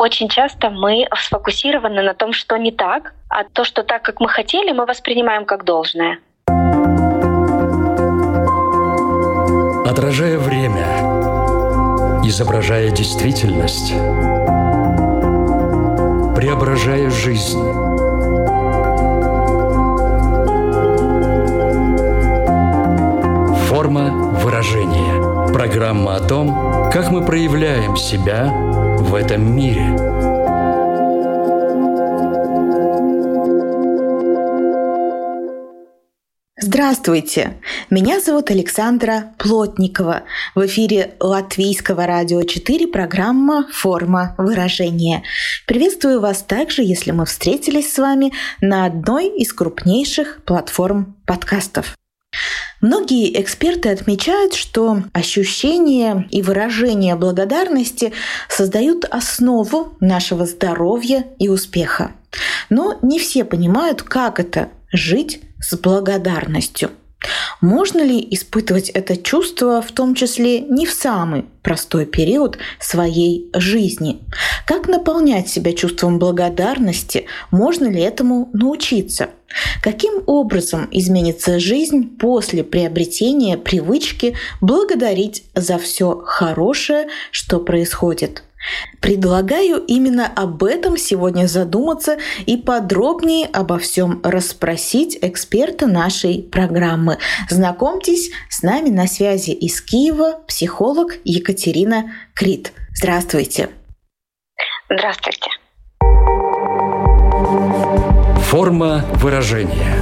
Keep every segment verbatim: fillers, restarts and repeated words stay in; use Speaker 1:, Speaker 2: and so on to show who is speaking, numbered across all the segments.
Speaker 1: Очень часто мы сфокусированы на том, что не так, а то, что так, как мы хотели, мы воспринимаем как должное.
Speaker 2: Отражая время, изображая действительность, преображая жизнь. Форма выражения. Программа о том, как мы проявляем себя в этом мире.
Speaker 3: Здравствуйте! Меня зовут Александра Плотникова. В эфире Латвийского радио четыре программа «Форма выражения». Приветствую вас также, если мы встретились с вами на одной из крупнейших платформ подкастов. Многие эксперты отмечают, что ощущение и выражение благодарности создают основу нашего здоровья и успеха. Но не все понимают, как это – жить с благодарностью. Можно ли испытывать это чувство, в том числе не в самый простой период своей жизни? Как наполнять себя чувством благодарности? Можно ли этому научиться? Каким образом изменится жизнь после приобретения привычки благодарить за все хорошее, что происходит? Предлагаю именно об этом сегодня задуматься и подробнее обо всем расспросить эксперта нашей программы. Знакомьтесь, с нами на связи из Киева психолог Екатерина Крит. Здравствуйте.
Speaker 1: Здравствуйте.
Speaker 2: Форма выражения.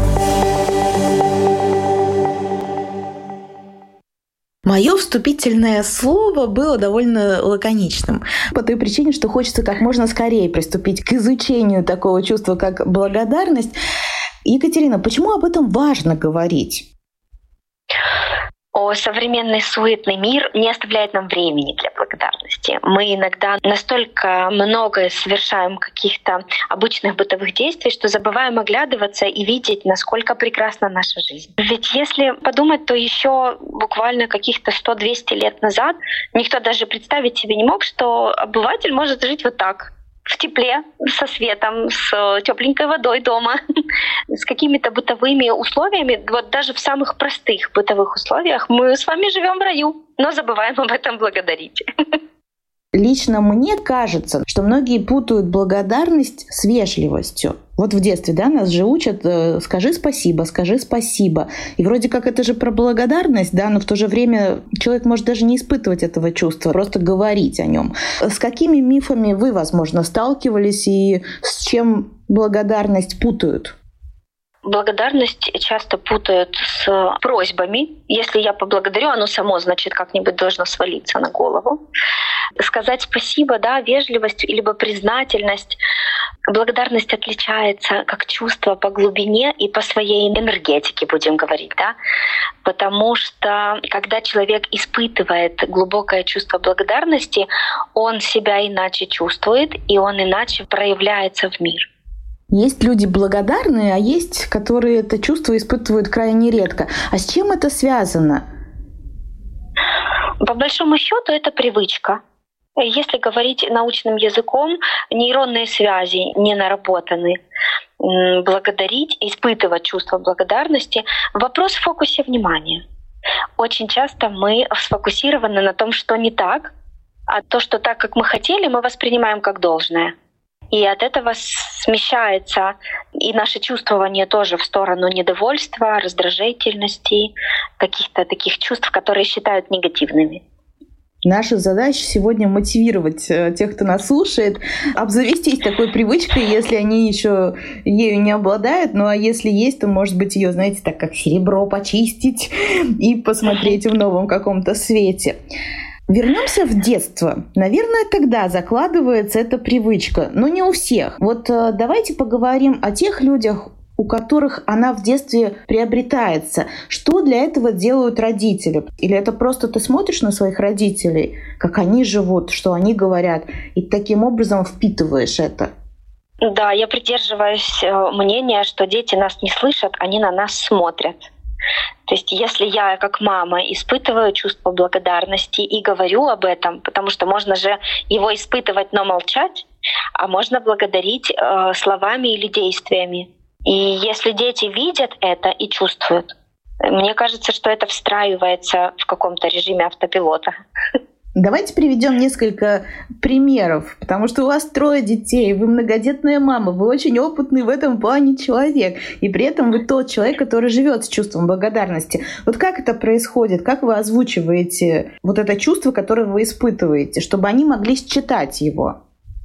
Speaker 3: Мое вступительное слово было довольно лаконичным, по той причине, что хочется как можно скорее приступить к изучению такого чувства, как благодарность. Екатерина, почему об этом важно говорить?
Speaker 1: О, современный суетный мир не оставляет нам времени для благодарности. Мы иногда настолько много совершаем каких-то обычных бытовых действий, что забываем оглядываться и видеть, насколько прекрасна наша жизнь. Ведь если подумать, то еще буквально каких-то сто-двести лет назад никто даже представить себе не мог, что обыватель может жить вот так. В тепле, со светом, с тепленькой водой дома, с какими-то бытовыми условиями. Вот даже в самых простых бытовых условиях мы с вами живем в раю, но забываем об этом благодарить.
Speaker 3: Лично мне кажется, что многие путают благодарность с вежливостью. Вот в детстве, да, нас же учат «скажи спасибо, скажи спасибо». И вроде как это же про благодарность, да, но в то же время человек может даже не испытывать этого чувства, просто говорить о нем. С какими мифами вы, возможно, сталкивались и с чем благодарность путают?
Speaker 1: Благодарность часто путают с просьбами. Если я поблагодарю, оно само, значит, как-нибудь должно свалиться на голову. Сказать спасибо, да, вежливость, либо признательность. Благодарность отличается как чувство по глубине и по своей энергетике, будем говорить, да, потому что когда человек испытывает глубокое чувство благодарности, он себя иначе чувствует, и он иначе проявляется в мир.
Speaker 3: Есть люди благодарные, а есть, которые это чувство испытывают крайне редко. А с чем это связано?
Speaker 1: По большому счету это привычка. Если говорить научным языком, нейронные связи не наработаны. Благодарить, испытывать чувство благодарности — вопрос в фокусе внимания. Очень часто мы сфокусированы на том, что не так, а то, что так, как мы хотели, мы воспринимаем как должное. И от этого смещается и наше чувствование тоже в сторону недовольства, раздражительности, каких-то таких чувств, которые считают негативными.
Speaker 3: Наша задача сегодня мотивировать тех, кто нас слушает, обзавестись такой привычкой, если они еще ею не обладают. Ну а если есть, то, может быть, ее, знаете, так как серебро почистить и посмотреть в новом каком-то свете. Вернемся в детство. Наверное, тогда закладывается эта привычка, но не у всех. Вот давайте поговорим о тех людях, у которых она в детстве приобретается. Что для этого делают родители? Или это просто ты смотришь на своих родителей, как они живут, что они говорят, и таким образом впитываешь это?
Speaker 1: Да, я придерживаюсь мнения, что дети нас не слышат, они на нас смотрят. То есть если я как мама испытываю чувство благодарности и говорю об этом, потому что можно же его испытывать, но молчать, а можно благодарить э, словами или действиями. И если дети видят это и чувствуют, мне кажется, что это встраивается в каком-то режиме автопилота.
Speaker 3: Давайте приведем несколько примеров, потому что у вас трое детей, вы многодетная мама, вы очень опытный в этом плане человек, и при этом вы тот человек, который живет с чувством благодарности. Вот как это происходит? Как вы озвучиваете вот это чувство, которое вы испытываете, чтобы они могли считать его?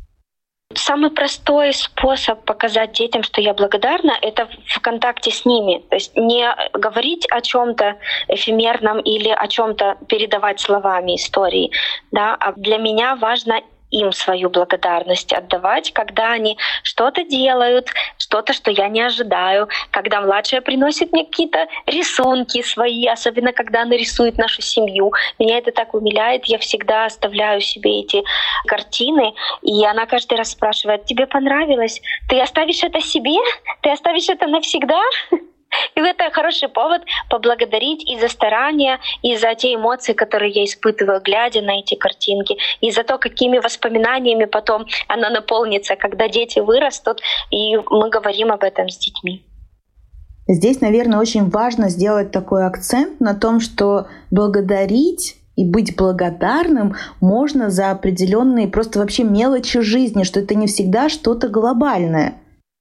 Speaker 1: Самый простой способ показать детям, что я благодарна, это в контакте с ними. То есть не говорить о чем-то эфемерном или о чем-то передавать словами истории. Да? А для меня важно им свою благодарность отдавать, когда они что-то делают, что-то, что я не ожидаю, когда младшая приносит мне какие-то рисунки свои, особенно когда она рисует нашу семью. Меня это так умиляет, я всегда оставляю себе эти картины, и она каждый раз спрашивает: тебе понравилось? Ты оставишь это себе? Ты оставишь это навсегда? И это хороший повод поблагодарить и за старания, и за те эмоции, которые я испытываю, глядя на эти картинки, и за то, какими воспоминаниями потом она наполнится, когда дети вырастут, и мы говорим об этом с детьми.
Speaker 3: Здесь, наверное, очень важно сделать такой акцент на том, что благодарить и быть благодарным можно за определенные просто вообще мелочи жизни, что это не всегда что-то глобальное.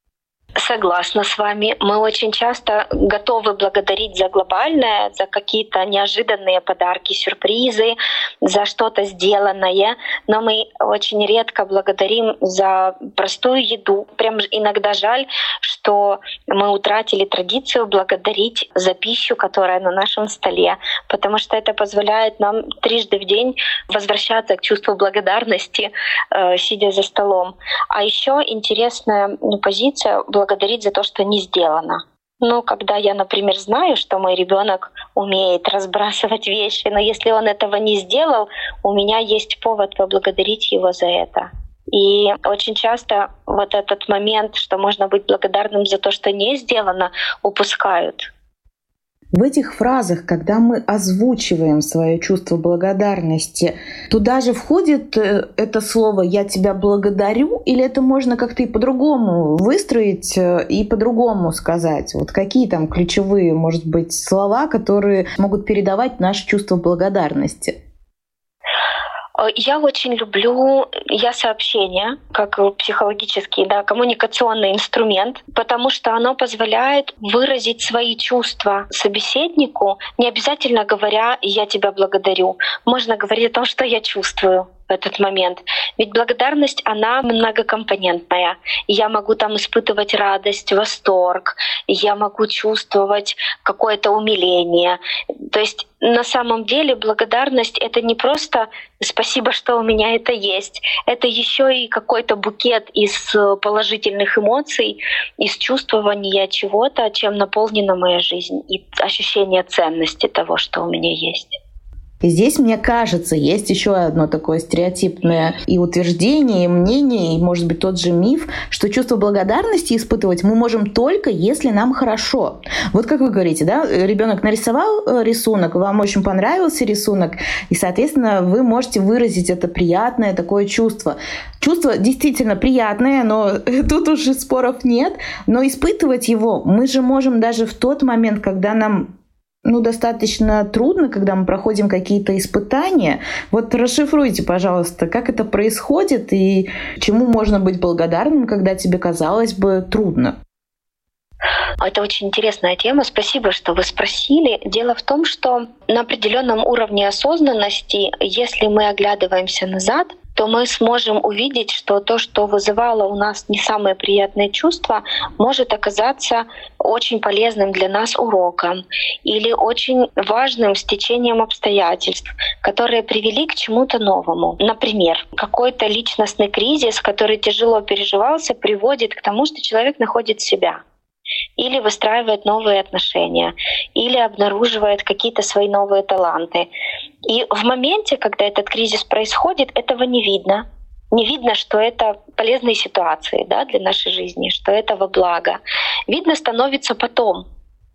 Speaker 1: Согласна с вами. Мы очень часто готовы благодарить за глобальное, за какие-то неожиданные подарки, сюрпризы, за что-то сделанное, но мы очень редко благодарим за простую еду. Прям иногда жаль, что мы утратили традицию благодарить за пищу, которая на нашем столе, потому что это позволяет нам трижды в день возвращаться к чувству благодарности, сидя за столом. А еще интересная позиция — благодарить за то, что не сделано. Ну, когда я, например, знаю, что мой ребенок умеет разбрасывать вещи, но если он этого не сделал, у меня есть повод поблагодарить его за это. И очень часто вот этот момент, что можно быть благодарным за то, что не сделано, упускают.
Speaker 3: В этих фразах, когда мы озвучиваем свое чувство благодарности, туда же входит это слово «я тебя благодарю», или это можно как-то и по-другому выстроить и по-другому сказать? Вот какие там ключевые, может быть, слова, которые могут передавать наше чувство благодарности?
Speaker 1: Я очень люблю я-сообщение как психологический, да, коммуникационный инструмент, потому что оно позволяет выразить свои чувства собеседнику, не обязательно говоря «я тебя благодарю». Можно говорить о том, что я чувствую в этот момент. Ведь благодарность, она многокомпонентная. Я могу там испытывать радость, восторг, я могу чувствовать какое-то умиление. То есть на самом деле благодарность — это не просто «спасибо, что у меня это есть», это еще и какой-то букет из положительных эмоций, из чувствования чего-то, чем наполнена моя жизнь, и ощущение ценности того, что у меня есть.
Speaker 3: И здесь, мне кажется, есть еще одно такое стереотипное и утверждение, и мнение, и, может быть, тот же миф, что чувство благодарности испытывать мы можем только, если нам хорошо. Вот как вы говорите, да, ребенок нарисовал рисунок, вам очень понравился рисунок, и, соответственно, вы можете выразить это приятное такое чувство. Чувство действительно приятное, но тут уже споров нет, но испытывать его мы же можем даже в тот момент, когда нам ну, достаточно трудно, когда мы проходим какие-то испытания. Вот расшифруйте, пожалуйста, как это происходит и чему можно быть благодарным, когда тебе, казалось бы, трудно.
Speaker 1: Это очень интересная тема. Спасибо, что вы спросили. Дело в том, что на определенном уровне осознанности, если мы оглядываемся назад, то мы сможем увидеть, что то, что вызывало у нас не самые приятные чувства, может оказаться очень полезным для нас уроком или очень важным стечением обстоятельств, которые привели к чему-то новому. Например, какой-то личностный кризис, который тяжело переживался, приводит к тому, что человек находит себя. Или выстраивает новые отношения, или обнаруживает какие-то свои новые таланты. И в моменте, когда этот кризис происходит, этого не видно. Не видно, что это полезные ситуации, да, для нашей жизни, что это во благо. Видно становится потом.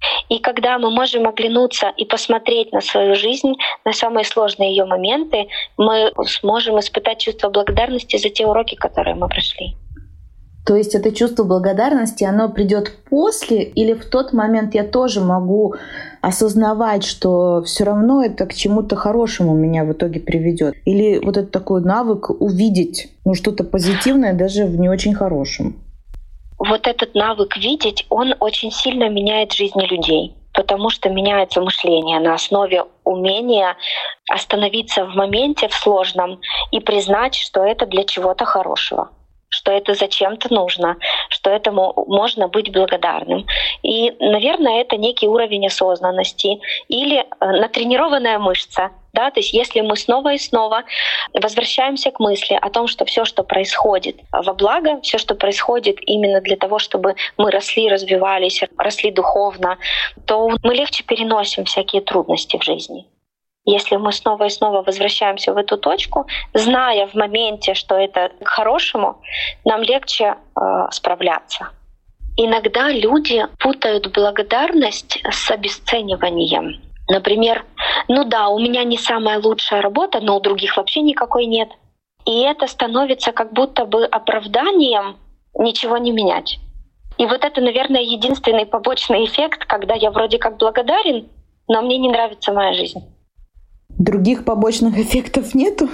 Speaker 1: И когда мы можем оглянуться и посмотреть на свою жизнь, на самые сложные ее моменты, мы сможем испытать чувство благодарности за те уроки, которые мы прошли.
Speaker 3: То есть это чувство благодарности, оно придет после, или в тот момент я тоже могу осознавать, что все равно это к чему-то хорошему меня в итоге приведет? Или вот это такой навык увидеть ну, что-то позитивное даже в не очень хорошем?
Speaker 1: Вот этот навык видеть, он очень сильно меняет жизни людей, потому что меняется мышление на основе умения остановиться в моменте, в сложном, и признать, что это для чего-то хорошего, что это зачем-то нужно, что этому можно быть благодарным. И, наверное, это некий уровень осознанности или натренированная мышца. Да? То есть если мы снова и снова возвращаемся к мысли о том, что все, что происходит во благо, все, что происходит именно для того, чтобы мы росли, развивались, росли духовно, то мы легче переносим всякие трудности в жизни. Если мы снова и снова возвращаемся в эту точку, зная в моменте, что это к хорошему, нам легче э, справляться. Иногда люди путают благодарность с обесцениванием. Например, ну да, у меня не самая лучшая работа, но у других вообще никакой нет. И это становится как будто бы оправданием ничего не менять. И вот это, наверное, единственный побочный эффект, когда я вроде как благодарен, но мне не нравится моя жизнь.
Speaker 3: Других побочных эффектов нету?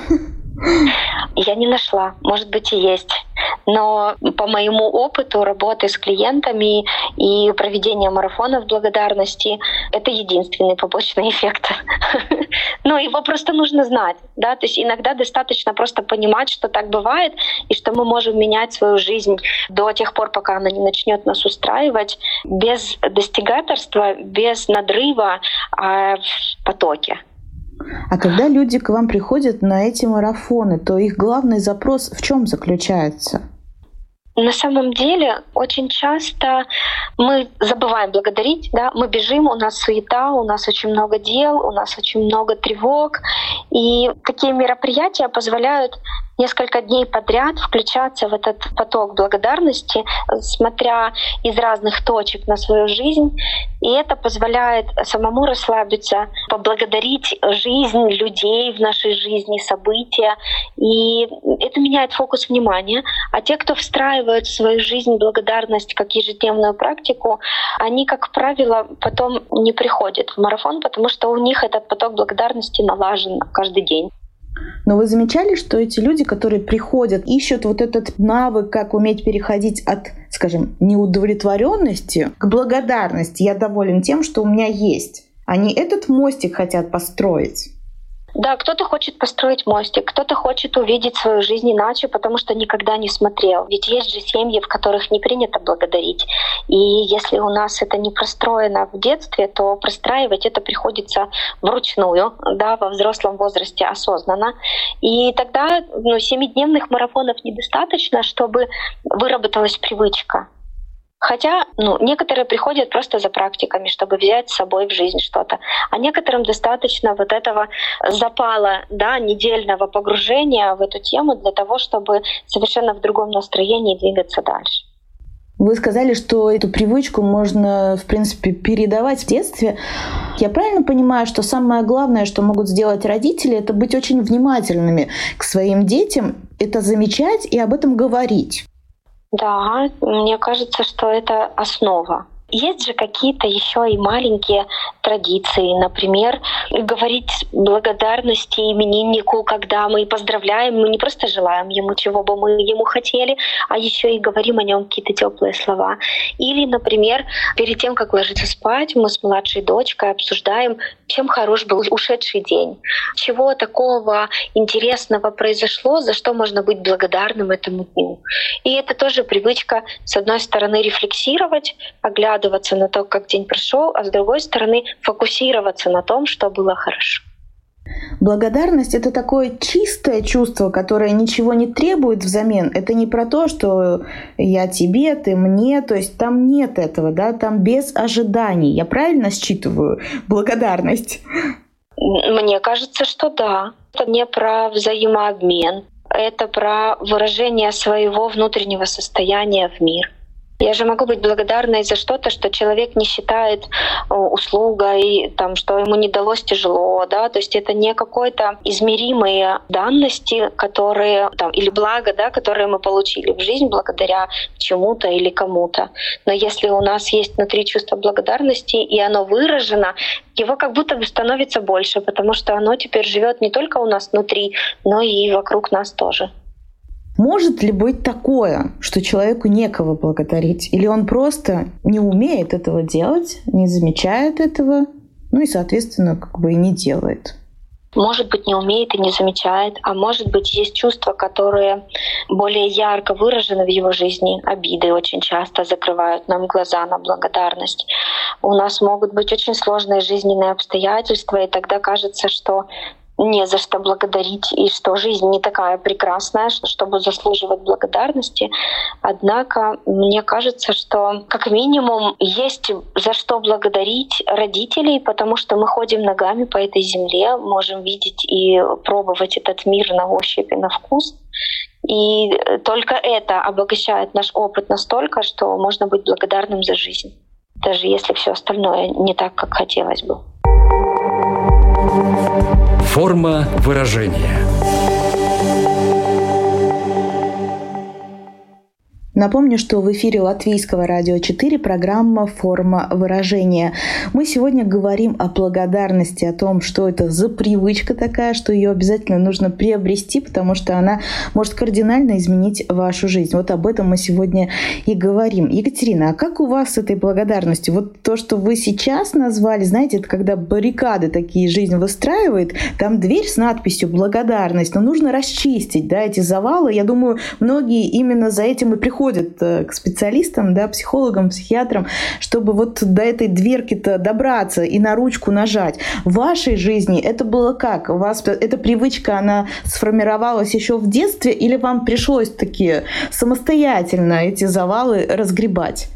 Speaker 1: Я не нашла. Может быть, и есть. Но по моему опыту работы с клиентами и проведения марафонов благодарности — это единственный побочный эффект. Но его просто нужно знать. Да? То есть иногда достаточно просто понимать, что так бывает, и что мы можем менять свою жизнь до тех пор, пока она не начнет нас устраивать, без достигаторства, без надрыва, а в потоке.
Speaker 3: А когда люди к вам приходят на эти марафоны, то их главный запрос в чем заключается?
Speaker 1: На самом деле очень часто мы забываем благодарить, да? Мы бежим, у нас суета, у нас очень много дел, у нас очень много тревог. И такие мероприятия позволяют несколько дней подряд включаться в этот поток благодарности, смотря из разных точек на свою жизнь. И это позволяет самому расслабиться, поблагодарить жизнь, людей в нашей жизни, события. И это меняет фокус внимания. А те, кто встраивает в свою жизнь благодарность как ежедневную практику, они, как правило, потом не приходят в марафон, потому что у них этот поток благодарности налажен каждый день.
Speaker 3: Но вы замечали, что эти люди, которые приходят, ищут вот этот навык, как уметь переходить от, скажем, неудовлетворенности к благодарности? Я доволен тем, что у меня есть. Они этот мостик хотят построить.
Speaker 1: Да, кто-то хочет построить мостик, кто-то хочет увидеть свою жизнь иначе, потому что никогда не смотрел. Ведь есть же семьи, в которых не принято благодарить. И если у нас это не простроено в детстве, то простраивать это приходится вручную, да, во взрослом возрасте осознанно. И тогда ну, семидневных марафонов недостаточно, чтобы выработалась привычка. Хотя ну, некоторые приходят просто за практиками, чтобы взять с собой в жизнь что-то. А некоторым достаточно вот этого запала, да, недельного погружения в эту тему для того, чтобы совершенно в другом настроении двигаться дальше.
Speaker 3: Вы сказали, что эту привычку можно, в принципе, передавать в детстве. Я правильно понимаю, что самое главное, что могут сделать родители, это быть очень внимательными к своим детям, это замечать и об этом говорить?
Speaker 1: Да, мне кажется, что это основа. Есть же какие-то еще и маленькие традиции, например, говорить благодарности имениннику, когда мы поздравляем, мы не просто желаем ему, чего бы мы ему хотели, а еще и говорим о нем какие-то теплые слова. Или, например, перед тем, как ложиться спать, мы с младшей дочкой обсуждаем, чем хорош был ушедший день, чего такого интересного произошло, за что можно быть благодарным этому дню. И это тоже привычка, с одной стороны, рефлексировать, оглядываться на то, как день прошел, а с другой стороны фокусироваться на том, что было хорошо.
Speaker 3: Благодарность — это такое чистое чувство, которое ничего не требует взамен. Это не про то, что я тебе, ты мне, то есть там нет этого, да, там без ожиданий. Я правильно считываю благодарность?
Speaker 1: Мне кажется, что да. Это не про взаимообмен, это про выражение своего внутреннего состояния в мир. Я же могу быть благодарной за что-то, что человек не считает услугой, там, что ему не далось тяжело, да, то есть это не какой-то измеримые данности, которые там, или благо, да, которые мы получили в жизнь благодаря чему-то или кому-то. Но если у нас есть внутри чувство благодарности и оно выражено, его как будто бы становится больше, потому что оно теперь живет не только у нас внутри, но и вокруг нас тоже.
Speaker 3: Может ли быть такое, что человеку некого благодарить? Или он просто не умеет этого делать, не замечает этого, ну и, соответственно, как бы и не делает?
Speaker 1: Может быть, не умеет и не замечает, а может быть, есть чувства, которые более ярко выражены в его жизни. Обиды очень часто закрывают нам глаза на благодарность. У нас могут быть очень сложные жизненные обстоятельства, и тогда кажется, что не за что благодарить, и что жизнь не такая прекрасная, чтобы заслуживать благодарности. Однако мне кажется, что как минимум есть за что благодарить родителей, потому что мы ходим ногами по этой земле, можем видеть и пробовать этот мир на ощупь и на вкус. И только это обогащает наш опыт настолько, что можно быть благодарным за жизнь, даже если все остальное не так, как хотелось бы.
Speaker 2: Форма выражения.
Speaker 3: Напомню, что в эфире Латвийского радио четыре программа «Форма выражения». Мы сегодня говорим о благодарности, о том, что это за привычка такая, что ее обязательно нужно приобрести, потому что она может кардинально изменить вашу жизнь. Вот об этом мы сегодня и говорим. Екатерина, а как у вас с этой благодарностью? Вот то, что вы сейчас назвали, знаете, это когда баррикады такие жизнь выстраивает, там дверь с надписью «Благодарность», но нужно расчистить, да, эти завалы. Я думаю, многие именно за этим и приходят к специалистам, да, психологам, психиатрам, чтобы вот до этой дверки-то добраться и на ручку нажать. В вашей жизни это было как? У вас эта привычка, она сформировалась еще в детстве, или вам пришлось таки самостоятельно эти завалы разгребать?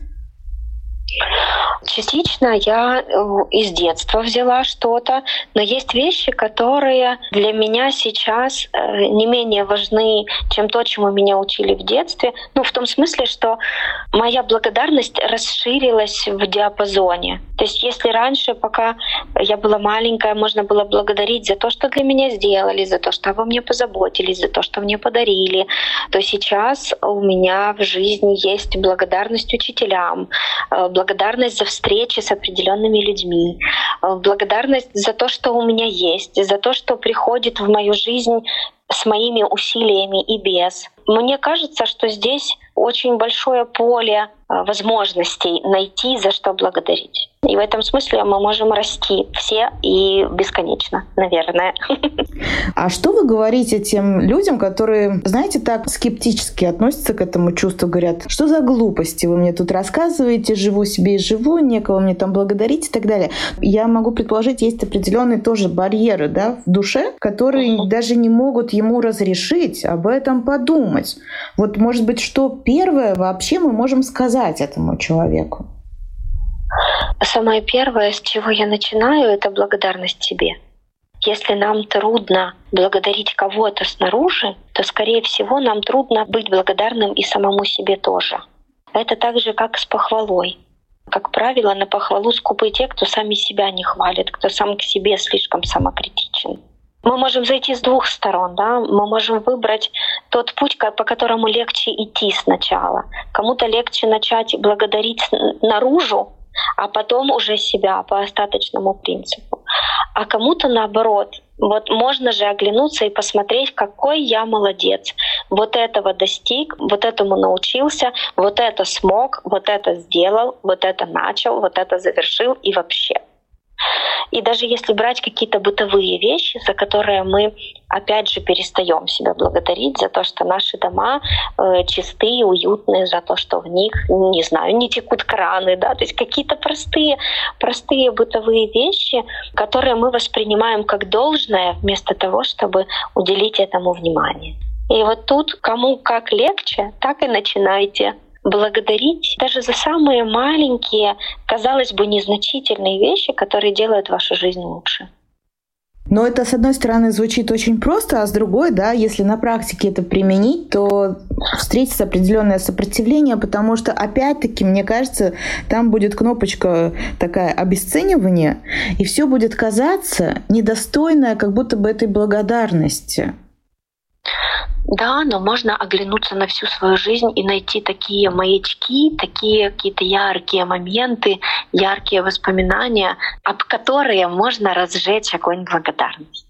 Speaker 1: Частично я из детства взяла что-то, но есть вещи, которые для меня сейчас не менее важны, чем то, чему меня учили в детстве. Ну, в том смысле, что моя благодарность расширилась в диапазоне. То есть если раньше, пока я была маленькая, можно было благодарить за то, что для меня сделали, за то, что обо мне позаботились, за то, что мне подарили, то сейчас у меня в жизни есть благодарность учителям, благодарность за встречи с определенными людьми, благодарность за то, что у меня есть, за то, что приходит в мою жизнь с моими усилиями и без. Мне кажется, что здесь очень большое поле возможностей найти, за что благодарить. И в этом смысле мы можем расти все и бесконечно, наверное.
Speaker 3: А что вы говорите тем людям, которые, знаете, так скептически относятся к этому чувству, говорят, что за глупости вы мне тут рассказываете, живу себе и живу, некого мне там благодарить и так далее. Я могу предположить, есть определенные тоже барьеры, да, в душе, которые uh-huh. даже не могут ему разрешить об этом подумать. Вот, может быть, что первое вообще мы можем сказать этому человеку?
Speaker 1: Самое первое, с чего я начинаю, это благодарность себе. Если нам трудно благодарить кого-то снаружи, то, скорее всего, нам трудно быть благодарным и самому себе тоже. Это так же, как с похвалой. Как правило, на похвалу скупы те, кто сами себя не хвалит, кто сам к себе слишком самокритичен. Мы можем зайти с двух сторон, да? Мы можем выбрать тот путь, по которому легче идти сначала. Кому-то легче начать благодарить наружу, а потом уже себя по остаточному принципу. А кому-то наоборот. Вот можно же оглянуться и посмотреть, какой я молодец. Вот этого достиг, вот этому научился, вот это смог, вот это сделал, вот это начал, вот это завершил и вообще. И даже если брать какие-то бытовые вещи, за которые мы, опять же, перестаем себя благодарить, за то, что наши дома э, чистые, уютные, за то, что в них, не знаю, не текут краны, да, то есть какие-то простые, простые бытовые вещи, которые мы воспринимаем как должное, вместо того, чтобы уделить этому внимание. И вот тут кому как легче, так и начинайте. Благодарить даже за самые маленькие, казалось бы, незначительные вещи, которые делают вашу жизнь лучше.
Speaker 3: Но это, с одной стороны, звучит очень просто, а с другой, да, если на практике это применить, то встретится определенное сопротивление, потому что, опять-таки, мне кажется, там будет кнопочка такая обесценивания, и все будет казаться недостойное как будто бы этой благодарности.
Speaker 1: Да, но можно оглянуться на всю свою жизнь и найти такие маячки, такие какие-то яркие моменты, яркие воспоминания, об которые можно разжечь огонь благодарности.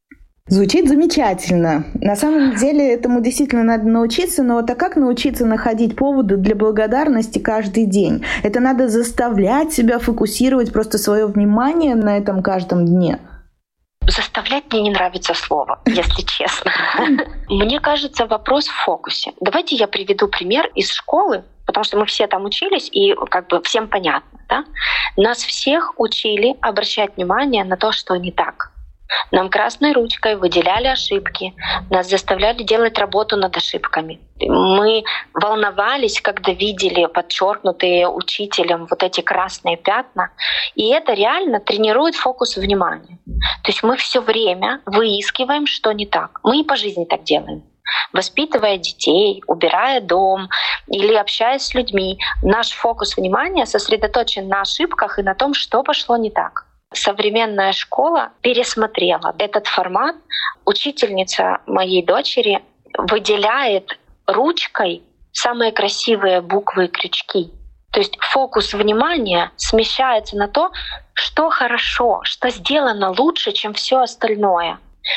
Speaker 3: Звучит замечательно. На самом деле этому действительно надо научиться, но вот а как научиться находить поводы для благодарности каждый день? Это надо заставлять себя фокусировать просто свое внимание на этом каждом дне.
Speaker 1: Заставлять мне не нравится слово, если честно. Мне кажется, вопрос в фокусе. Давайте я приведу пример из школы, потому что мы все там учились, и как бы всем понятно. Да? Нас всех учили обращать внимание на то, что не так. Нам красной ручкой выделяли ошибки, нас заставляли делать работу над ошибками. Мы волновались, когда видели подчеркнутые учителем вот эти красные пятна. И это реально тренирует фокус внимания. То есть мы все время выискиваем, что не так. Мы и по жизни так делаем. Воспитывая детей, убирая дом или общаясь с людьми, наш фокус внимания сосредоточен на ошибках и на том, что пошло не так. Современная школа пересмотрела этот формат. Учительница моей дочери выделяет ручкой самые красивые буквы и крючки. То есть фокус внимания смещается на то, что хорошо, что сделано лучше, чем все остальное.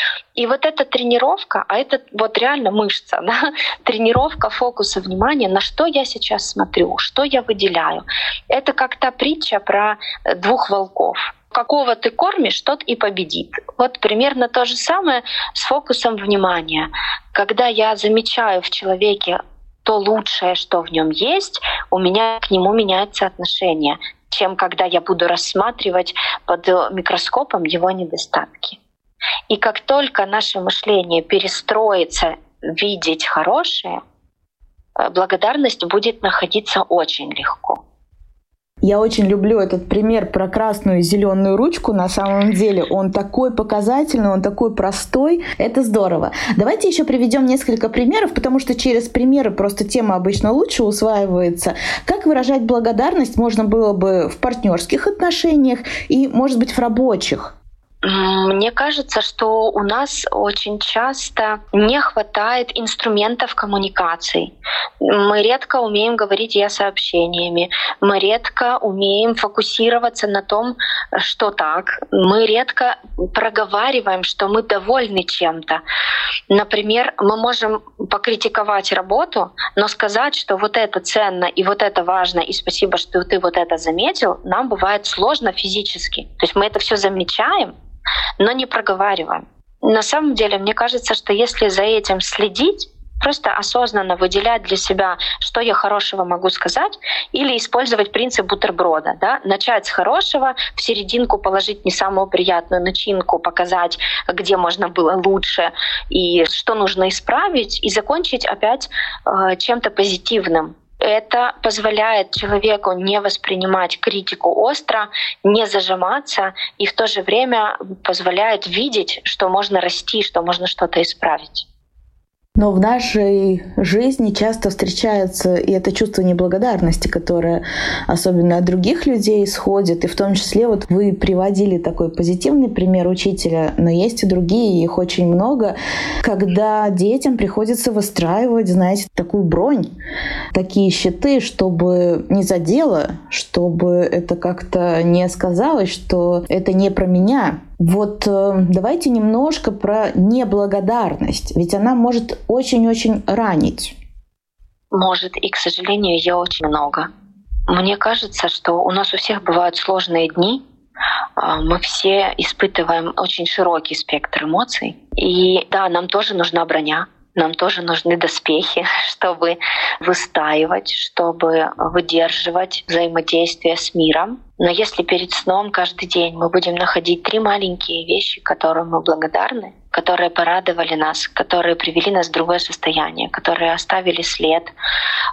Speaker 1: И вот эта тренировка, а это вот реально мышца, да? Тренировка фокуса внимания, на что я сейчас смотрю, что я выделяю. Это как та притча про двух волков. Какого ты кормишь, тот и победит. Вот примерно то же самое с фокусом внимания. Когда я замечаю в человеке то лучшее, что в нем есть, у меня к нему меняется отношение, чем когда я буду рассматривать под микроскопом его недостатки. И как только наше мышление перестроится видеть хорошее, благодарность будет находиться очень легко.
Speaker 3: Я очень люблю этот пример про красную и зеленую ручку. На самом деле он такой показательный, он такой простой. Это здорово. Давайте еще приведем несколько примеров, потому что через примеры просто тема обычно лучше усваивается. Как выражать благодарность можно было бы в партнерских отношениях и, может быть, в рабочих?
Speaker 1: Мне кажется, что у нас очень часто не хватает инструментов коммуникации. Мы редко умеем говорить «я» сообщениями, мы редко умеем фокусироваться на том, что так. Мы редко проговариваем, что мы довольны чем-то. Например, мы можем покритиковать работу, но сказать, что вот это ценно и вот это важно, и спасибо, что ты вот это заметил, нам бывает сложно физически. То есть мы это все замечаем, но не проговариваем. На самом деле, мне кажется, что если за этим следить, просто осознанно выделять для себя, что я хорошего могу сказать, или использовать принцип бутерброда. Да? Начать с хорошего, в серединку положить не самую приятную начинку, показать, где можно было лучше и что нужно исправить, и закончить опять э, чем-то позитивным. Это позволяет человеку не воспринимать критику остро, не зажиматься, и в то же время позволяет видеть, что можно расти, что можно что-то исправить.
Speaker 3: Но в нашей жизни часто встречается и это чувство неблагодарности, которое особенно от других людей исходит. И в том числе вот вы приводили такой позитивный пример учителя, но есть и другие, их очень много, когда детям приходится выстраивать, знаете, такую бронь, такие щиты, чтобы не задело, чтобы это как-то не сказалось, что это не про меня. Вот э, давайте немножко про неблагодарность, ведь она может очень-очень ранить.
Speaker 1: Может, и, к сожалению, ее очень много. Мне кажется, что у нас у всех бывают сложные дни, мы все испытываем очень широкий спектр эмоций. И да, нам тоже нужна броня, нам тоже нужны доспехи, чтобы выстаивать, чтобы выдерживать взаимодействие с миром. Но если перед сном каждый день мы будем находить три маленькие вещи, которым мы благодарны, которые порадовали нас, которые привели нас в другое состояние, которые оставили след э,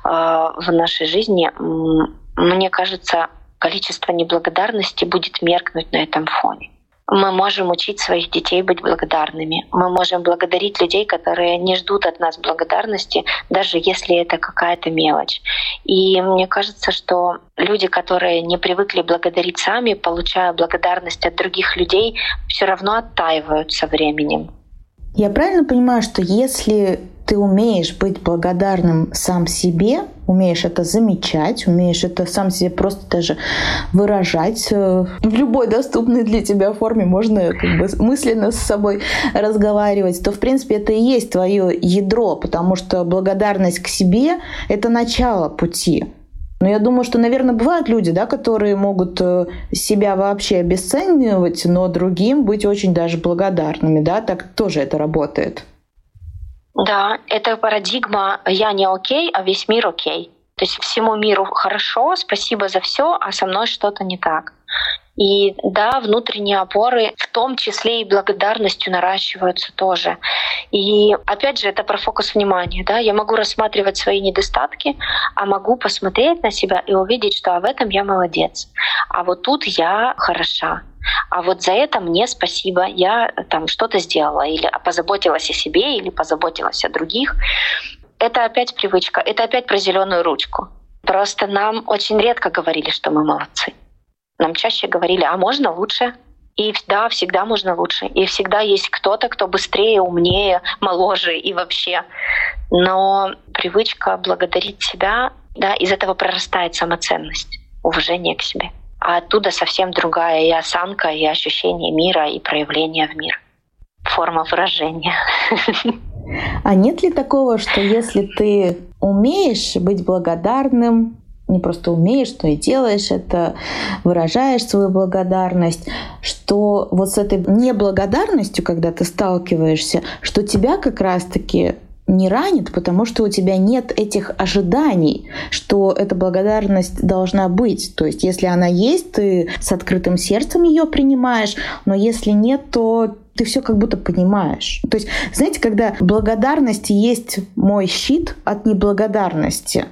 Speaker 1: в нашей жизни, мне кажется, количество неблагодарности будет меркнуть на этом фоне. Мы можем учить своих детей быть благодарными. Мы можем благодарить людей, которые не ждут от нас благодарности, даже если это какая-то мелочь. И мне кажется, что люди, которые не привыкли благодарить сами, получая благодарность от других людей, все равно оттаивают со временем.
Speaker 3: Я правильно понимаю, что если ты умеешь быть благодарным сам себе, умеешь это замечать, умеешь это сам себе просто даже выражать в любой доступной для тебя форме, можно как бы мысленно с собой разговаривать, то, в принципе, это и есть твое ядро, потому что благодарность к себе — это начало пути. Но я думаю, что, наверное, бывают люди, да, которые могут себя вообще обесценивать, но другим быть очень даже благодарными, да, так тоже это работает.
Speaker 1: Да, это парадигма «я не окей, а весь мир окей». То есть всему миру хорошо, спасибо за все, а со мной что-то не так. И да, внутренние опоры, в том числе и благодарностью, наращиваются тоже. И опять же, это про фокус внимания. Да? Я могу рассматривать свои недостатки, а могу посмотреть на себя и увидеть, что а в этом я молодец. А вот тут я хороша. А вот за это мне спасибо, я там что-то сделала, или позаботилась о себе, или позаботилась о других. Это опять привычка, это опять про зеленую ручку. Просто нам очень редко говорили, что мы молодцы. Нам чаще говорили, а можно лучше? И да, всегда можно лучше. И всегда есть кто-то, кто быстрее, умнее, моложе и вообще. Но привычка благодарить себя, да, из этого прорастает самоценность, уважение к себе. А оттуда совсем другая и осанка, и ощущение мира, и проявление в мир. Форма выражения.
Speaker 3: А нет ли такого, что если ты умеешь быть благодарным, не просто умеешь, но и делаешь это, выражаешь свою благодарность, что вот с этой неблагодарностью, когда ты сталкиваешься, что тебя как раз-таки не ранит, потому что у тебя нет этих ожиданий, что эта благодарность должна быть. То есть если она есть, ты с открытым сердцем ее принимаешь, но если нет, то ты все как будто понимаешь. То есть, знаете, когда благодарность есть мой щит от неблагодарности.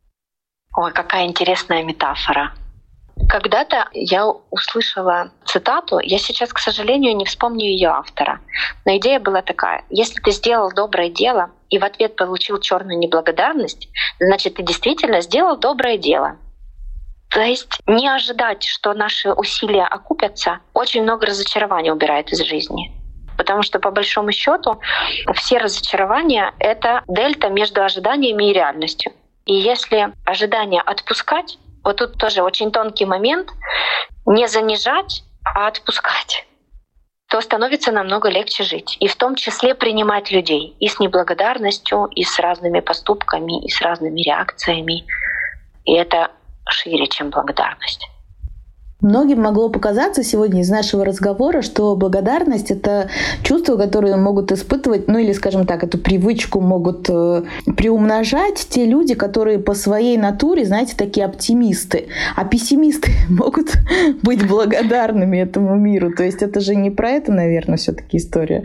Speaker 1: Ой, какая интересная метафора. Когда-то я услышала цитату, я сейчас, к сожалению, не вспомню ее автора, но идея была такая: если ты сделал доброе дело и в ответ получил черную неблагодарность, значит, ты действительно сделал доброе дело. То есть не ожидать, что наши усилия окупятся, очень много разочарований убирает из жизни. Потому что, по большому счету, все разочарования — это дельта между ожиданиями и реальностью. И если ожидания отпускать, вот тут тоже очень тонкий момент, не занижать, а отпускать, то становится намного легче жить. И в том числе принимать людей и с неблагодарностью, и с разными поступками, и с разными реакциями. И это шире, чем благодарность.
Speaker 3: Многим могло показаться сегодня из нашего разговора, что благодарность — это чувство, которое могут испытывать, ну или, скажем так, эту привычку могут э, приумножать те люди, которые по своей натуре, знаете, такие оптимисты. А пессимисты могут быть благодарными этому миру. То есть это же не про это, наверное, все-таки история.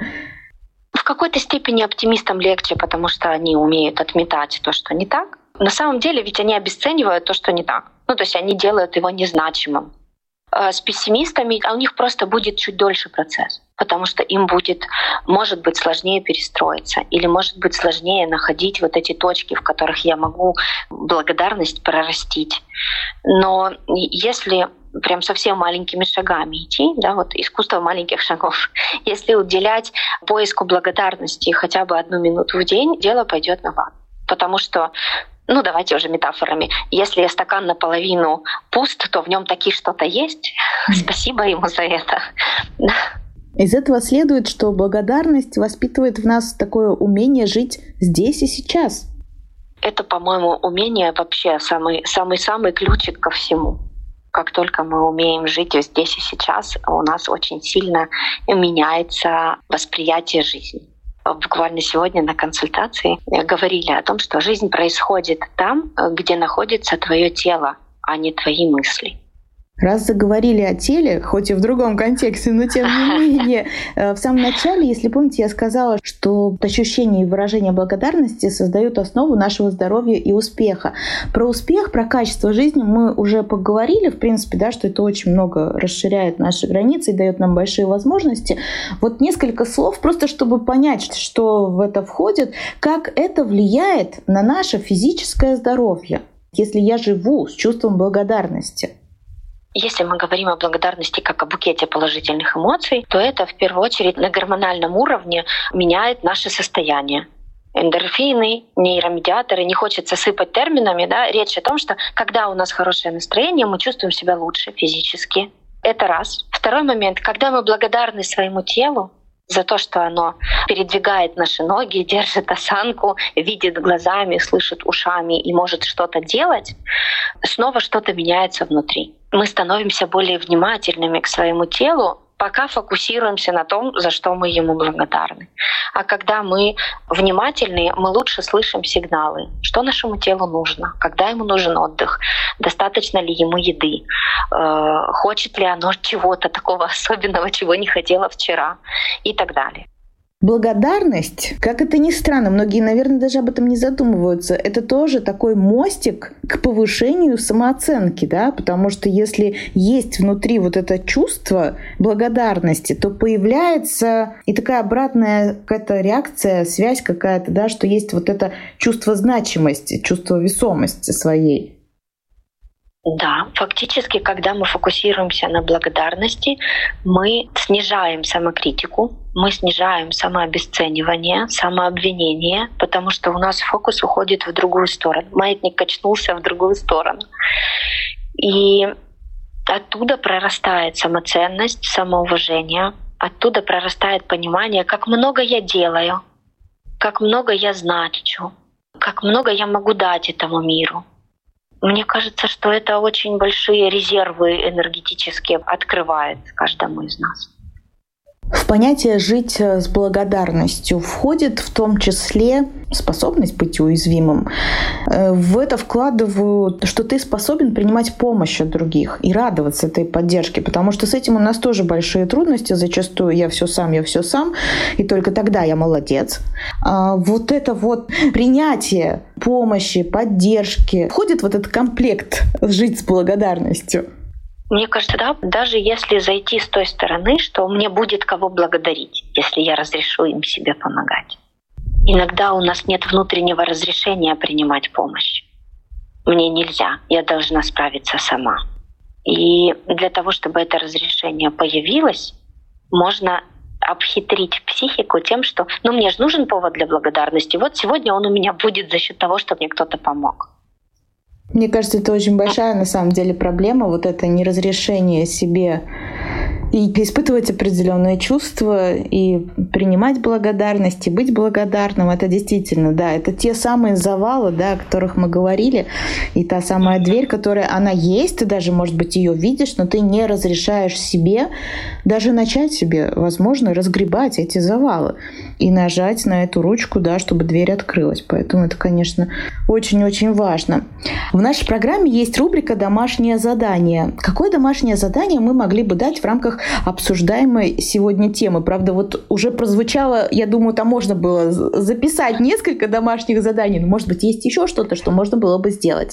Speaker 1: В какой-то степени оптимистам легче, потому что они умеют отметать то, что не так. На самом деле ведь они обесценивают то, что не так. Ну, то есть они делают его незначимым. С пессимистами а у них просто будет чуть дольше процесс, потому что им будет, может быть, сложнее перестроиться или, может быть, сложнее находить вот эти точки, в которых я могу благодарность прорастить. Но если прям совсем маленькими шагами идти, да, вот искусство маленьких шагов, если уделять поиску благодарности хотя бы одну минуту в день, дело пойдет на лад. Потому что Ну, давайте уже метафорами. Если стакан наполовину пуст, то в нем таки что-то есть. Спасибо ему за это.
Speaker 3: Из этого следует, что благодарность воспитывает в нас такое умение жить здесь и сейчас.
Speaker 1: Это, по-моему, умение вообще самый, самый-самый ключик ко всему. Как только мы умеем жить здесь и сейчас, у нас очень сильно меняется восприятие жизни. Буквально сегодня на консультации говорили о том, что жизнь происходит там, где находится твое тело, а не твои мысли.
Speaker 3: Раз заговорили о теле, хоть и в другом контексте, но тем не менее, в самом начале, если помните, я сказала, что ощущение и выражение благодарности создают основу нашего здоровья и успеха. Про успех, про качество жизни мы уже поговорили, в принципе, да, что это очень много расширяет наши границы и дает нам большие возможности. Вот несколько слов, просто чтобы понять, что в это входит, как это влияет на наше физическое здоровье, если я живу с чувством благодарности.
Speaker 1: Если мы говорим о благодарности как о букете положительных эмоций, то это в первую очередь на гормональном уровне меняет наше состояние. Эндорфины, нейромедиаторы, не хочется сыпать терминами, да, речь о том, что когда у нас хорошее настроение, мы чувствуем себя лучше физически. Это раз. Второй момент, когда мы благодарны своему телу за то, что оно передвигает наши ноги, держит осанку, видит глазами, слышит ушами и может что-то делать, снова что-то меняется внутри. Мы становимся более внимательными к своему телу, пока фокусируемся на том, за что мы ему благодарны. А когда мы внимательны, мы лучше слышим сигналы, что нашему телу нужно, когда ему нужен отдых, достаточно ли ему еды, э, хочет ли оно чего-то такого особенного, чего не хотело вчера и так далее.
Speaker 3: Благодарность, как это ни странно, многие, наверное, даже об этом не задумываются, это тоже такой мостик к повышению самооценки, да, потому что если есть внутри вот это чувство благодарности, то появляется и такая обратная какая-то реакция, связь какая-то, да, что есть вот это чувство значимости, чувство весомости своей.
Speaker 1: Да, фактически, когда мы фокусируемся на благодарности, мы снижаем самокритику, мы снижаем самообесценивание, самообвинение, потому что у нас фокус уходит в другую сторону. Маятник качнулся в другую сторону. И оттуда прорастает самоценность, самоуважение, оттуда прорастает понимание, как много я делаю, как много я значу, как много я могу дать этому миру. Мне кажется, что это очень большие резервы энергетические открывает каждому из нас.
Speaker 3: В понятие «жить с благодарностью» входит в том числе способность быть уязвимым. В это вкладываю, что ты способен принимать помощь от других и радоваться этой поддержке, потому что с этим у нас тоже большие трудности. Зачастую я все сам, я все сам, и только тогда я молодец. А вот это вот принятие помощи, поддержки входит в этот комплект «жить с благодарностью».
Speaker 1: Мне кажется, да, даже если зайти с той стороны, что мне будет кого благодарить, если я разрешу им себе помогать. Иногда у нас нет внутреннего разрешения принимать помощь. Мне нельзя, я должна справиться сама. И для того, чтобы это разрешение появилось, можно обхитрить психику тем, что ну мне же нужен повод для благодарности. Вот сегодня он у меня будет за счет того, что мне кто-то помог.
Speaker 3: Мне кажется, это очень большая на самом деле проблема, вот это неразрешение себе и испытывать определенные чувства, и принимать благодарность, и быть благодарным. Это действительно, да, это те самые завалы, да, о которых мы говорили, и та самая дверь, которая, она есть, ты даже, может быть, ее видишь, но ты не разрешаешь себе даже начать себе, возможно, разгребать эти завалы и нажать на эту ручку, да, чтобы дверь открылась. Поэтому это, конечно, очень-очень важно. В нашей программе есть рубрика «Домашнее задание». Какое домашнее задание мы могли бы дать в рамках обсуждаемой сегодня темы? Правда, вот уже прозвучало, я думаю, там можно было записать несколько домашних заданий, но, может быть, есть еще что-то, что можно было бы сделать?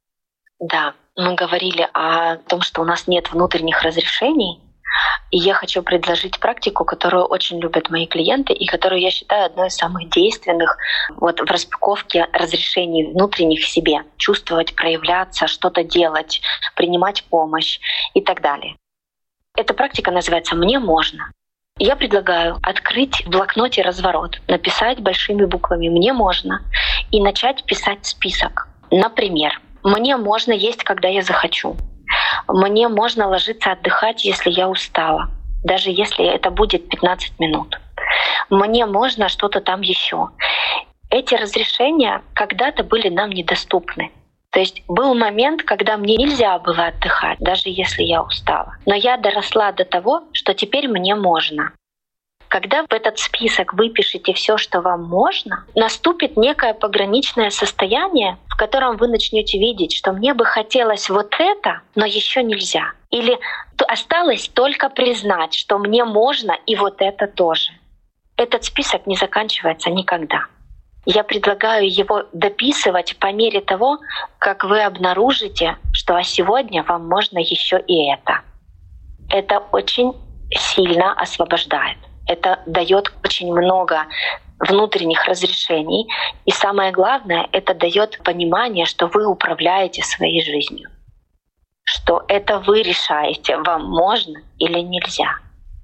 Speaker 1: Да, мы говорили о том, что у нас нет внутренних разрешений, и я хочу предложить практику, которую очень любят мои клиенты и которую я считаю одной из самых действенных вот в распаковке разрешений внутренних в себе. Чувствовать, проявляться, что-то делать, принимать помощь и так далее. Эта практика называется «Мне можно». Я предлагаю открыть в блокноте разворот, написать большими буквами «Мне можно» и начать писать список. Например, «Мне можно есть, когда я захочу». Мне можно ложиться отдыхать, если я устала, даже если это будет пятнадцать минут. Мне можно что-то там еще. Эти разрешения когда-то были нам недоступны. То есть был момент, когда мне нельзя было отдыхать, даже если я устала. Но я доросла до того, что теперь мне можно. Когда в этот список выпишете все, что вам можно, наступит некое пограничное состояние, в котором вы начнете видеть, что мне бы хотелось вот это, но еще нельзя. Или осталось только признать, что мне можно и вот это тоже. Этот список не заканчивается никогда. Я предлагаю его дописывать по мере того, как вы обнаружите, что а сегодня вам можно еще и это. Это очень сильно освобождает. Это дает очень много внутренних разрешений. И самое главное, это дает понимание, что вы управляете своей жизнью. Что это вы решаете, вам можно или нельзя.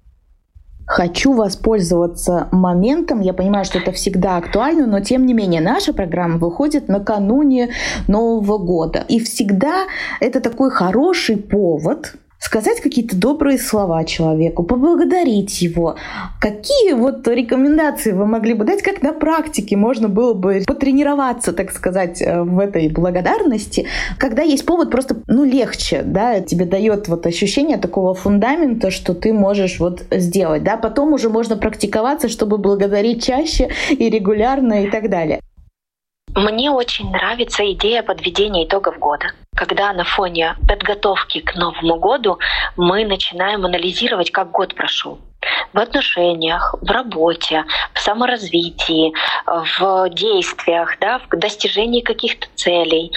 Speaker 3: Хочу воспользоваться моментом. Я понимаю, что это всегда актуально, но тем не менее наша программа выходит накануне Нового года. И всегда это такой хороший повод сказать какие-то добрые слова человеку, поблагодарить его. Какие вот рекомендации вы могли бы дать, как на практике можно было бы потренироваться, так сказать, в этой благодарности, когда есть повод просто, ну, легче, да, тебе дает вот ощущение такого фундамента, что ты можешь вот сделать, да, потом уже можно практиковаться, чтобы благодарить чаще и регулярно и так далее.
Speaker 1: Мне очень нравится идея подведения итогов года, когда на фоне подготовки к Новому году мы начинаем анализировать, как год прошел. В отношениях, в работе, в саморазвитии, в действиях, да, в достижении каких-то целей,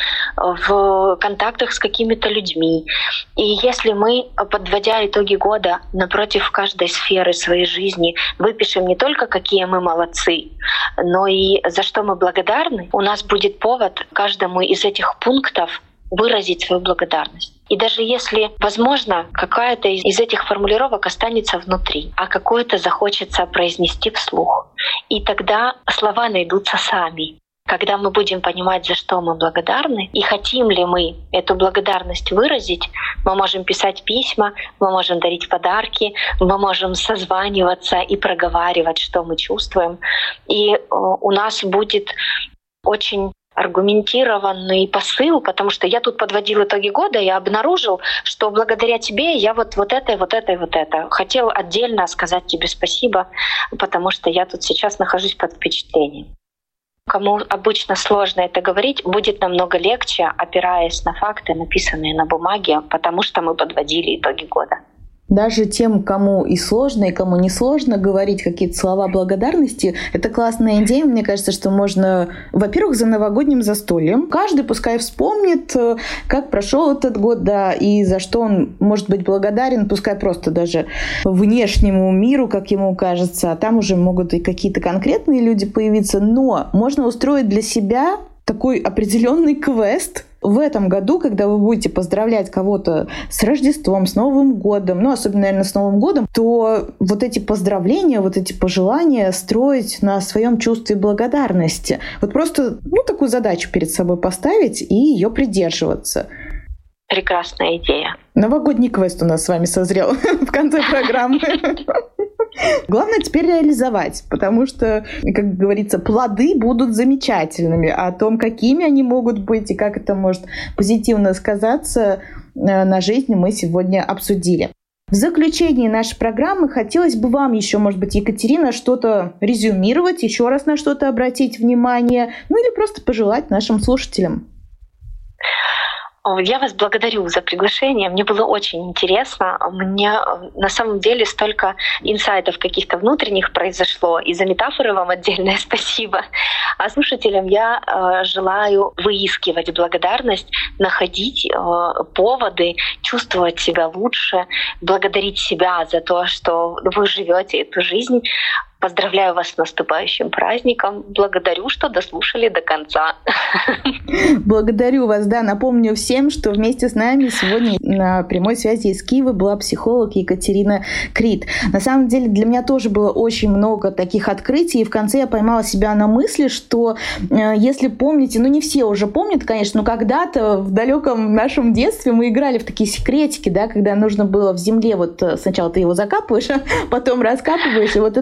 Speaker 1: в контактах с какими-то людьми. И если мы, подводя итоги года, напротив каждой сферы своей жизни выпишем не только какие мы молодцы, но и за что мы благодарны, у нас будет повод каждому из этих пунктов выразить свою благодарность. И даже если, возможно, какая-то из этих формулировок останется внутри, а какое-то захочется произнести вслух, и тогда слова найдутся сами. Когда мы будем понимать, за что мы благодарны, и хотим ли мы эту благодарность выразить, мы можем писать письма, мы можем дарить подарки, мы можем созваниваться и проговаривать, что мы чувствуем. И у нас будет очень аргументированный посыл, потому что я тут подводил итоги года и обнаружил, что благодаря тебе я вот, вот это, вот это и вот это. Хотел отдельно сказать тебе спасибо, потому что я тут сейчас нахожусь под впечатлением. Кому обычно сложно это говорить, будет намного легче, опираясь на факты, написанные на бумаге, потому что мы подводили итоги года.
Speaker 3: Даже тем, кому и сложно, и кому не сложно говорить какие-то слова благодарности, это классная идея. Мне кажется, что можно, во-первых, за новогодним застольем. Каждый пускай вспомнит, как прошел этот год, да, и за что он может быть благодарен, пускай просто даже внешнему миру, как ему кажется, а там уже могут и какие-то конкретные люди появиться. Но можно устроить для себя такой определенный квест в этом году, когда вы будете поздравлять кого-то с Рождеством, с Новым годом, ну, особенно, наверное, с Новым годом, то вот эти поздравления, вот эти пожелания строить на своем чувстве благодарности. Вот просто, ну, такую задачу перед собой поставить и ее придерживаться.
Speaker 1: Прекрасная идея.
Speaker 3: Новогодний квест у нас с вами созрел в конце программы. Главное теперь реализовать, потому что, как говорится, плоды будут замечательными. А о том, какими они могут быть и как это может позитивно сказаться на жизни, мы сегодня обсудили. В заключении нашей программы хотелось бы вам еще, может быть, Екатерина, что-то резюмировать, еще раз на что-то обратить внимание, ну или просто пожелать нашим слушателям.
Speaker 1: Я вас благодарю за приглашение. Мне было очень интересно. Мне на самом деле столько инсайтов каких-то внутренних произошло. И за метафоры вам отдельное спасибо. А слушателям я э, желаю выискивать благодарность, находить э, поводы, чувствовать себя лучше, благодарить себя за то, что вы живете эту жизнь. Поздравляю вас с наступающим праздником. Благодарю, что дослушали до конца.
Speaker 3: Благодарю вас, да. Напомню всем, что вместе с нами сегодня на прямой связи из Киева была психолог Екатерина Крид. На самом деле для меня тоже было очень много таких открытий, и в конце я поймала себя на мысли, что э, если помните, ну не все уже помнят, конечно, но когда-то в далеком нашем детстве мы играли в такие секретики, да, когда нужно было в земле, вот сначала ты его закапываешь, а потом раскапываешь, и вот эта красота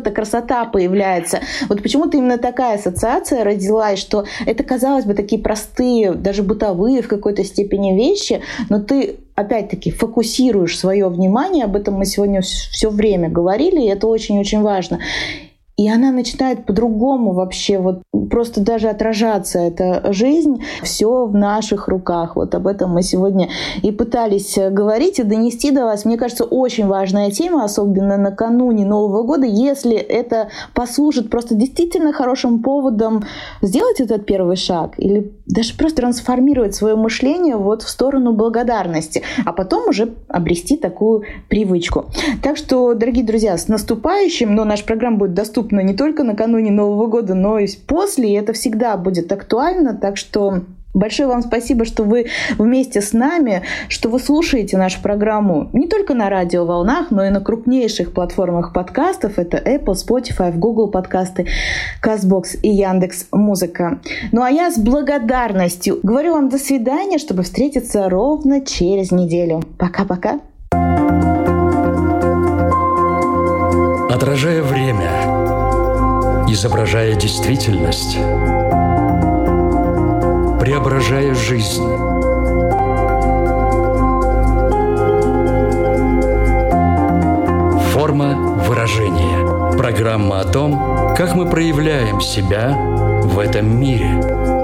Speaker 3: простота появляется. Вот почему-то именно такая ассоциация родилась, что это, казалось бы, такие простые, даже бытовые в какой-то степени вещи, но ты опять-таки фокусируешь свое внимание, об этом мы сегодня все время говорили, и это очень-очень важно. И она начинает по-другому вообще вот просто даже отражаться, эта жизнь, все в наших руках. Вот об этом мы сегодня и пытались говорить и донести до вас. Мне кажется, очень важная тема, особенно накануне Нового года, если это послужит просто действительно хорошим поводом сделать этот первый шаг или даже просто трансформировать свое мышление вот в сторону благодарности, а потом уже обрести такую привычку. Так что, дорогие друзья, с наступающим, но наша программа будет доступна не только накануне Нового года, но и после, и это всегда будет актуально, так что большое вам спасибо, что вы вместе с нами, что вы слушаете нашу программу не только на радиоволнах, но и на крупнейших платформах подкастов. Это Apple, Spotify, Google подкасты, Castbox и Яндекс.Музыка. Ну а я с благодарностью говорю вам до свидания, чтобы встретиться ровно через неделю. Пока-пока.
Speaker 2: Отражая время, изображая действительность, преображая жизнь. Форма выражения. Программа о том, как мы проявляем себя в этом мире.